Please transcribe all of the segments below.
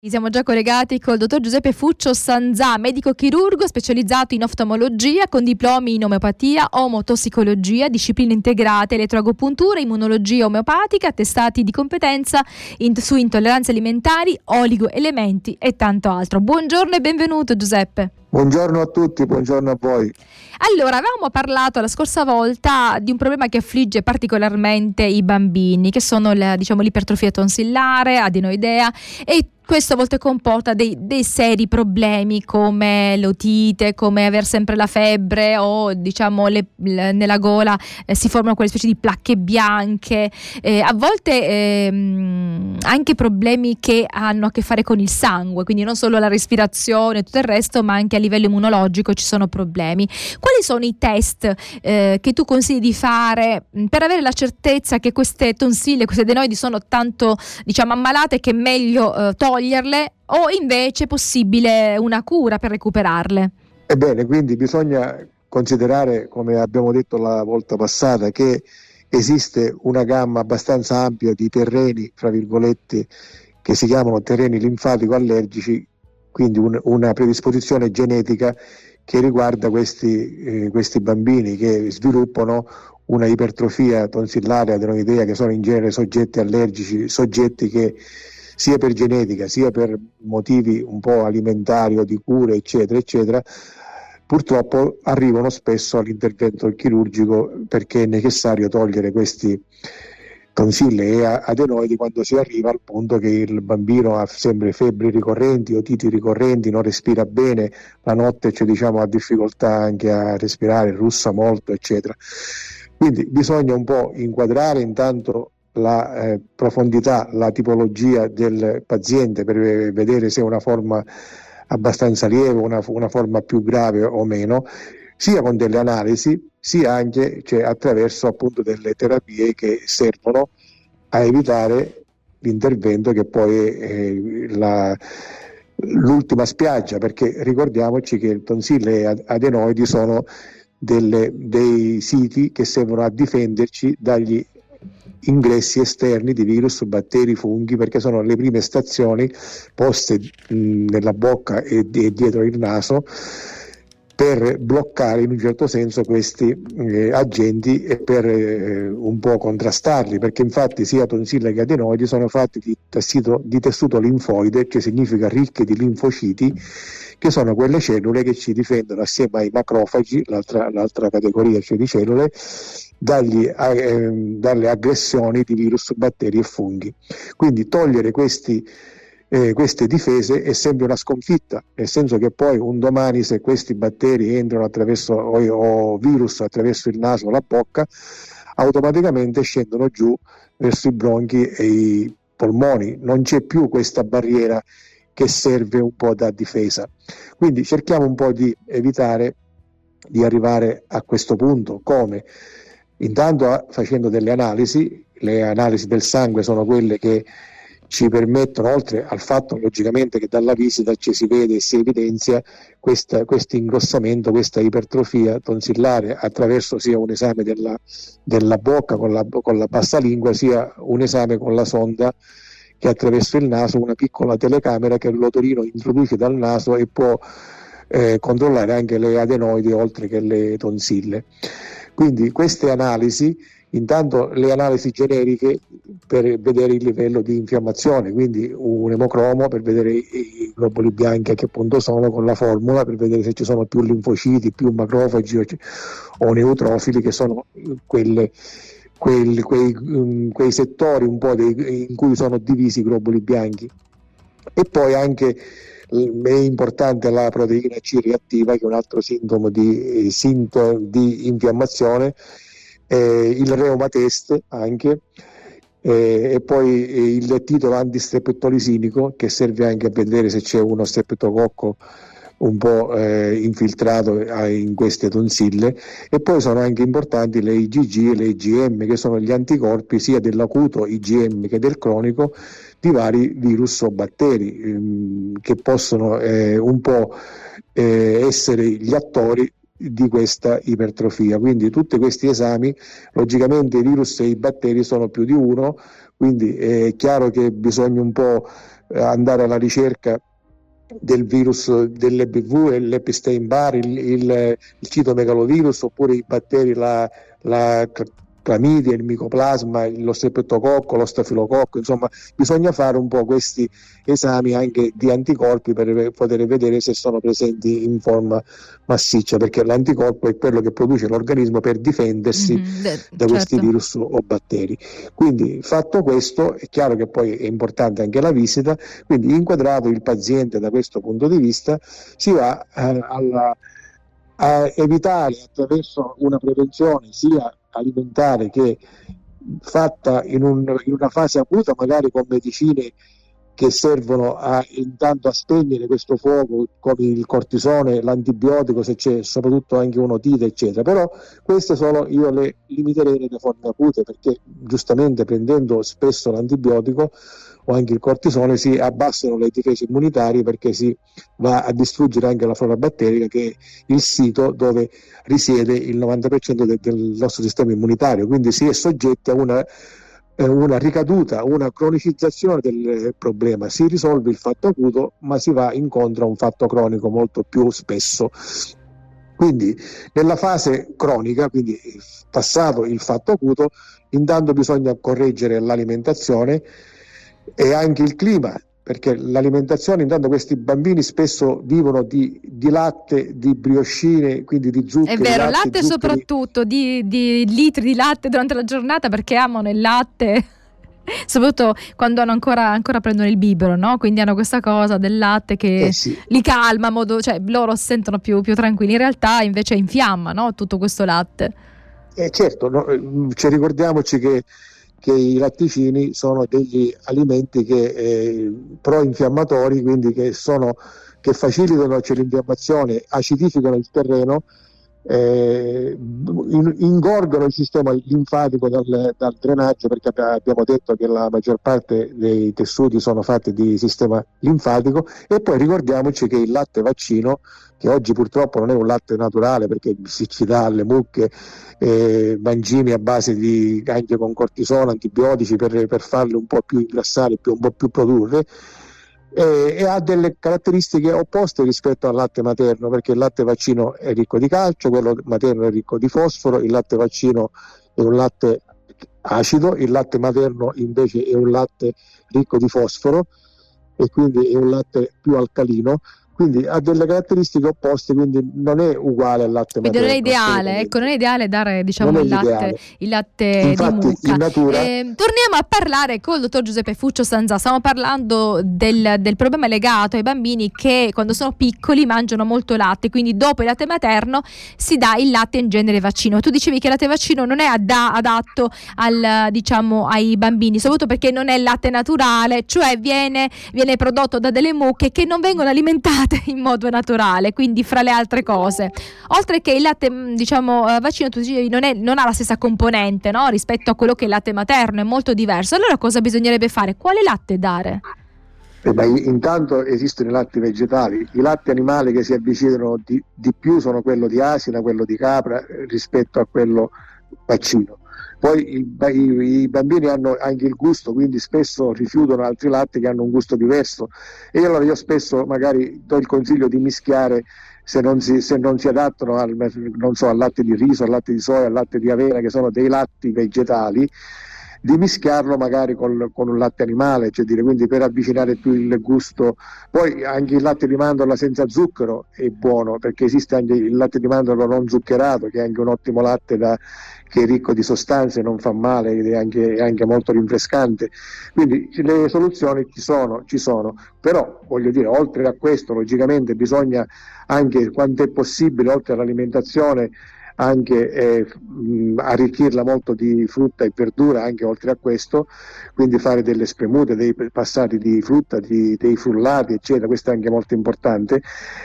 Siamo già collegati col dottor Giuseppe Fuccio Sanzà, medico chirurgo specializzato in oftalmologia con diplomi in omeopatia, omotossicologia, discipline integrate, elettroagopuntura, immunologia omeopatica, attestati di competenza su intolleranze alimentari, oligoelementi e tanto altro. Buongiorno e benvenuto Giuseppe. Buongiorno a tutti, buongiorno a voi. Allora, avevamo parlato la scorsa volta di un problema che affligge particolarmente i bambini, che sono l'ipertrofia tonsillare, adenoidea, e questo a volte comporta dei seri problemi come l'otite, come aver sempre la febbre o nella gola si formano quelle specie di placche bianche, a volte anche problemi che hanno a che fare con il sangue, quindi non solo la respirazione e tutto il resto, ma anche a livello immunologico ci sono problemi. Quali sono i test che tu consigli di fare per avere la certezza che queste tonsille, queste adenoidi sono tanto ammalate che è meglio toglierle, o invece è possibile una cura per recuperarle? Ebbene, quindi bisogna considerare, come abbiamo detto la volta passata, che esiste una gamma abbastanza ampia di terreni, fra virgolette, che si chiamano terreni linfatico-allergici, quindi una predisposizione genetica che riguarda questi bambini che sviluppano una ipertrofia tonsillare adenoidea, che sono in genere soggetti allergici, soggetti che sia per genetica sia per motivi un po' alimentari o di cure eccetera eccetera, purtroppo arrivano spesso all'intervento chirurgico perché è necessario togliere questi tonsille e adenoidi quando si arriva al punto che il bambino ha sempre febbri ricorrenti, otiti ricorrenti, non respira bene, la notte ha difficoltà anche a respirare, russa molto eccetera. Quindi bisogna un po' inquadrare intanto la profondità, la tipologia del paziente per vedere se è una forma abbastanza lieve, una forma più grave o meno, sia con delle analisi, sia anche attraverso appunto delle terapie che servono a evitare l'intervento che poi è l'ultima spiaggia, perché ricordiamoci che il tonsille e adenoidi sono dei siti che servono a difenderci dagli ingressi esterni di virus, batteri, funghi, perché sono le prime stazioni poste nella bocca e dietro il naso per bloccare in un certo senso questi agenti e per un po' contrastarli, perché infatti sia tonsille che adenoidi sono fatti di tessuto linfoide, che significa ricche di linfociti, che sono quelle cellule che ci difendono assieme ai macrofagi, l'altra categoria di cellule, dalle aggressioni di virus, batteri e funghi. Quindi togliere queste difese è sempre una sconfitta, nel senso che poi un domani, se questi batteri entrano attraverso o virus attraverso il naso o la bocca, automaticamente scendono giù verso i bronchi e i polmoni, non c'è più questa barriera che serve un po' da difesa. Quindi cerchiamo un po' di evitare di arrivare a questo punto. Come? Intanto facendo delle analisi. Le analisi del sangue sono quelle che ci permettono, oltre al fatto logicamente che dalla visita ci si vede e si evidenzia questo ingrossamento, questa ipertrofia tonsillare, attraverso sia un esame della bocca con la bassa lingua, sia un esame con la sonda che attraverso il naso, una piccola telecamera che l'otorino introduce dal naso e può controllare anche le adenoidi oltre che le tonsille. Quindi queste analisi, intanto le analisi generiche per vedere il livello di infiammazione, quindi un emocromo per vedere i globuli bianchi a che punto sono, con la formula per vedere se ci sono più linfociti, più macrofagi o neutrofili, che sono quei settori un po' in cui sono divisi i globuli bianchi. E poi anche è importante la proteina C reattiva, che è un altro sintomo di infiammazione, il reumatest anche, e poi il titolo antistreptolisinico, che serve anche a vedere se c'è uno streptococco un po' infiltrato in queste tonsille. E poi sono anche importanti le IgG e le IgM, che sono gli anticorpi sia dell'acuto IgM che del cronico di vari virus o batteri che possono un po' essere gli attori di questa ipertrofia. Quindi tutti questi esami, logicamente i virus e i batteri sono più di uno, quindi è chiaro che bisogna un po' andare alla ricerca del virus dell'EBV, l'Epstein-Barr, il citomegalovirus, oppure i batteri, la clamidia, il micoplasma, lo streptococco, lo stafilococco. Insomma, bisogna fare un po' questi esami anche di anticorpi per poter vedere se sono presenti in forma massiccia, perché l'anticorpo è quello che produce l'organismo per difendersi da questi virus o batteri. Quindi, fatto questo, è chiaro che poi è importante anche la visita, quindi inquadrato il paziente da questo punto di vista si va a evitare, attraverso una prevenzione sia alimentare che fatta in una fase acuta, magari con medicine che servono intanto a spegnere questo fuoco, come il cortisone, l'antibiotico, se c'è soprattutto anche un'otite, eccetera. Però queste io le limiterei nelle forme acute, perché giustamente prendendo spesso l'antibiotico o anche il cortisone si abbassano le difese immunitarie, perché si va a distruggere anche la flora batterica, che è il sito dove risiede il 90% del nostro sistema immunitario. Quindi si è soggetti a una ricaduta, una cronicizzazione del problema. Si risolve il fatto acuto, ma si va incontro a un fatto cronico molto più spesso. Quindi nella fase cronica, quindi passato il fatto acuto, intanto bisogna correggere l'alimentazione e anche il clima, perché l'alimentazione, intanto questi bambini spesso vivono di latte, di briochine, quindi di zuccheri. È vero, latte soprattutto, di litri di latte durante la giornata, perché amano il latte, soprattutto quando hanno ancora prendono il biberone, no? Quindi hanno questa cosa del latte che li calma, cioè loro si sentono più tranquilli. In realtà invece infiamma, no? Tutto questo latte. Certo, ricordiamoci che i latticini sono degli alimenti che pro-infiammatori, quindi che facilitano l'infiammazione, acidificano il terreno, ingorgono il sistema linfatico dal drenaggio, perché abbiamo detto che la maggior parte dei tessuti sono fatti di sistema linfatico. E poi ricordiamoci che il latte vaccino, che oggi purtroppo non è un latte naturale, perché si ci dà alle mucche mangimi a base di anche con cortisone, antibiotici per farle un po' più ingrassare, un po' più produrre, e ha delle caratteristiche opposte rispetto al latte materno, perché il latte vaccino è ricco di calcio, quello materno è ricco di fosforo. Il latte vaccino è un latte acido, il latte materno invece è un latte ricco di fosforo e quindi è un latte più alcalino. Quindi ha delle caratteristiche opposte, quindi non è uguale al latte materno. Quindi non è ideale dare, diciamo, il latte Infatti, di mucca. In natura... torniamo a parlare col dottor Giuseppe Fuccio Sanzà. Stiamo parlando del problema legato ai bambini che quando sono piccoli mangiano molto latte, quindi dopo il latte materno si dà il latte in genere vaccino. Tu dicevi che il latte vaccino non è adatto ai bambini, soprattutto perché non è il latte naturale, cioè viene prodotto da delle mucche che non vengono alimentate in modo naturale, quindi fra le altre cose, oltre che il latte vaccino, tu dicevi, non ha la stessa componente, no? Rispetto a quello che è il latte materno, è molto diverso. Allora cosa bisognerebbe fare? Quale latte dare? Ma intanto esistono i latti vegetali. I latti animali che si avvicinano di più sono quello di asina, quello di capra rispetto a quello vaccino. Poi i bambini hanno anche il gusto, quindi spesso rifiutano altri latti che hanno un gusto diverso, e allora io spesso magari do il consiglio di mischiare, se non si adattano al latte di riso, al latte di soia, al latte di avena, che sono dei latti vegetali, di mischiarlo magari con un latte animale, quindi per avvicinare più il gusto. Poi anche il latte di mandorla senza zucchero è buono, perché esiste anche il latte di mandorla non zuccherato, che è anche un ottimo latte che è ricco di sostanze, non fa male ed è anche molto rinfrescante. Quindi le soluzioni ci sono, però voglio dire, oltre a questo logicamente bisogna anche, quanto è possibile, oltre all'alimentazione, anche arricchirla molto di frutta e verdura, anche oltre a questo, quindi fare delle spremute, dei passati di frutta, dei frullati, eccetera. Questo è anche molto importante,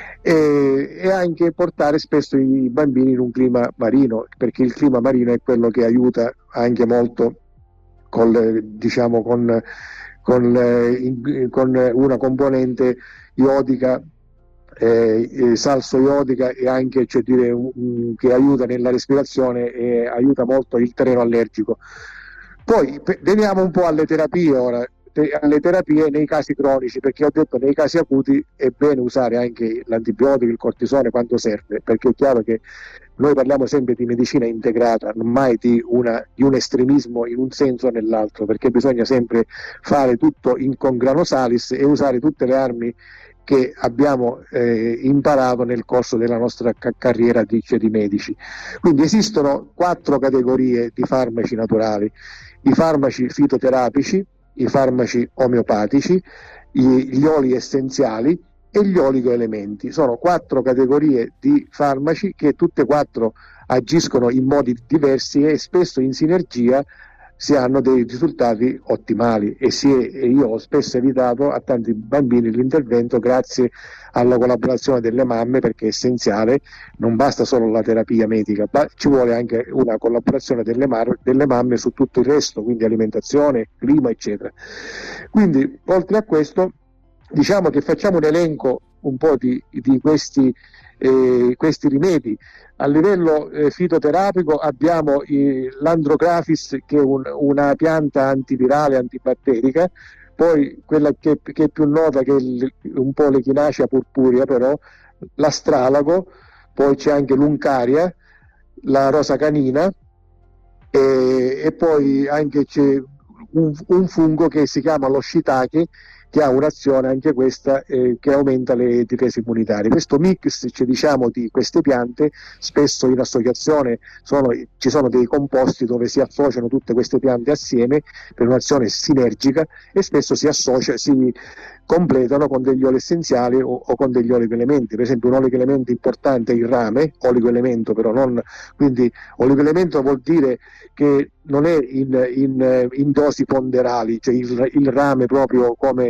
e anche portare spesso i bambini in un clima marino, perché il clima marino è quello che aiuta anche molto con una componente iodica, salso-iodica, e anche che aiuta nella respirazione e aiuta molto il terreno allergico. Poi veniamo un po' alle terapie ora. alle terapie nei casi cronici, perché ho detto nei casi acuti è bene usare anche l'antibiotico, il cortisone quando serve, perché è chiaro che noi parliamo sempre di medicina integrata, non mai di un estremismo in un senso o nell'altro, perché bisogna sempre fare tutto in con grano salis e usare tutte le armi che abbiamo imparato nel corso della nostra carriera di medici. Quindi esistono 4 categorie di farmaci naturali: i farmaci fitoterapici, i farmaci omeopatici, gli oli essenziali e gli oligoelementi. Sono 4 categorie di farmaci che tutte e 4 agiscono in modi diversi e spesso in sinergia si hanno dei risultati ottimali, e io ho spesso evitato a tanti bambini l'intervento grazie alla collaborazione delle mamme, perché è essenziale, non basta solo la terapia medica, ma ci vuole anche una collaborazione delle mamme su tutto il resto, quindi alimentazione, clima, eccetera. Quindi oltre a questo, diciamo che facciamo un elenco un po' di questi rimedi. A livello fitoterapico abbiamo l'Andrographis, che è una pianta antivirale, antibatterica, poi quella che è più nota, che è un po' l'Echinacea purpurea, però l'astralago, poi c'è anche l'Uncaria, la rosa canina, e poi anche c'è un fungo che si chiama lo shiitake, che ha un'azione anche questa che aumenta le difese immunitarie. Questo mix, diciamo, di queste piante, spesso in associazione ci sono dei composti dove si associano tutte queste piante assieme per un'azione sinergica, e spesso si completano con degli oli essenziali o con degli oligoelementi. Per esempio un oligoelemento importante è il rame, oligoelemento però non, quindi oligoelemento vuol dire che non è in dosi ponderali, cioè il rame proprio come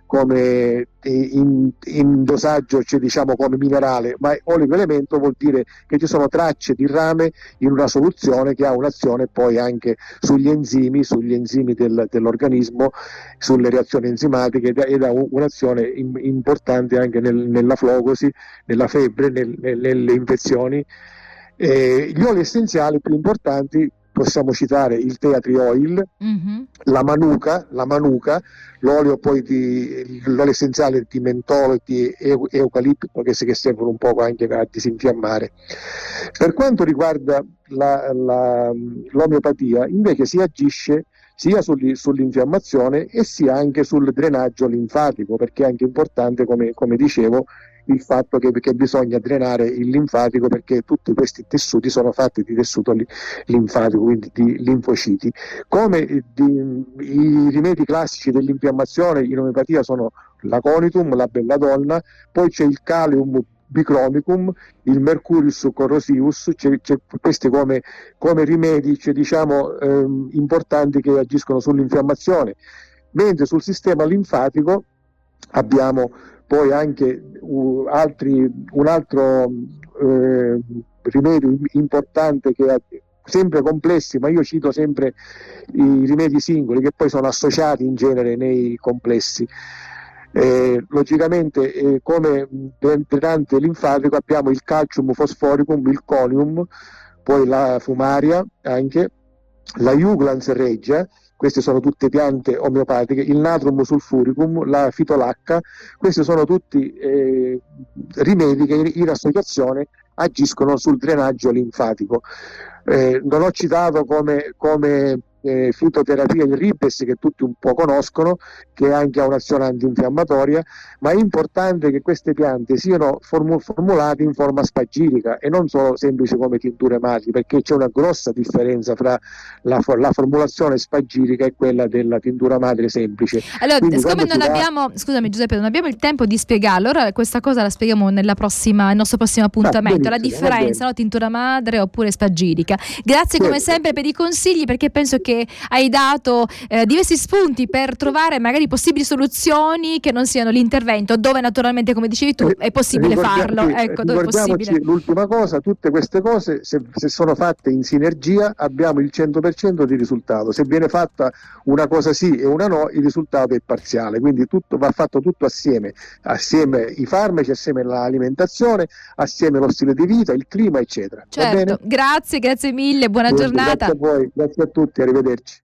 in dosaggio, cioè diciamo come minerale, ma oligoelemento vuol dire che ci sono tracce di rame in una soluzione che ha un'azione poi anche sugli enzimi dell'organismo, sulle reazioni enzimatiche, ed ha un'azione importante anche nella flogosi, nella febbre, nelle infezioni. Gli oli essenziali più importanti possiamo citare il tea tree oil, la manuka, l'olio l'olio essenziale di mentolo e di eucalipto, che servono un po' anche a disinfiammare. Per quanto riguarda l'omeopatia, invece si agisce sia sull'infiammazione e sia anche sul drenaggio linfatico, perché è anche importante, come dicevo, il fatto che bisogna drenare il linfatico, perché tutti questi tessuti sono fatti di tessuto linfatico, quindi di linfociti. Come i rimedi classici dell'infiammazione in omeopatia sono l'aconitum, la belladonna, poi c'è il calium bichromicum, il mercurius corrosivus, c'è questi come rimedi, diciamo, importanti, che agiscono sull'infiammazione. Mentre sul sistema linfatico abbiamo poi anche un altro rimedio importante, che è sempre complessi, ma io cito sempre i rimedi singoli, che poi sono associati in genere nei complessi. Logicamente, come drenante linfatico abbiamo il calcium fosforicum, il conium, poi la fumaria, anche la Juglans regia. Queste sono tutte piante omeopatiche, il natrum sulfuricum, la fitolacca. Questi sono tutti rimedi che in associazione agiscono sul drenaggio linfatico. Non ho citato come fitoterapia il ribes, che tutti un po' conoscono, che anche ha un'azione antinfiammatoria, ma è importante che queste piante siano formulate in forma spagirica e non solo semplici come tinture madri, perché c'è una grossa differenza fra la formulazione spagirica e quella della tintura madre semplice. Allora, quindi, siccome scusami Giuseppe, non abbiamo il tempo di spiegarlo, allora questa cosa la spieghiamo nel nostro prossimo appuntamento, la differenza, no? Tintura madre oppure spagirica. Grazie come sempre per i consigli, perché penso che hai dato diversi spunti per trovare magari possibili soluzioni che non siano l'intervento, dove naturalmente, come dicevi tu, è possibile farlo. Ecco, dove è possibile. L'ultima cosa, tutte queste cose, se sono fatte in sinergia, abbiamo il 100% di risultato. Se viene fatta una cosa sì e una no, il risultato è parziale. Quindi va fatto tutto assieme i farmaci, assieme l'alimentazione, assieme lo stile di vita, il clima, eccetera. Certo, grazie mille, buona giornata. Grazie a voi, grazie a tutti, arrivederci.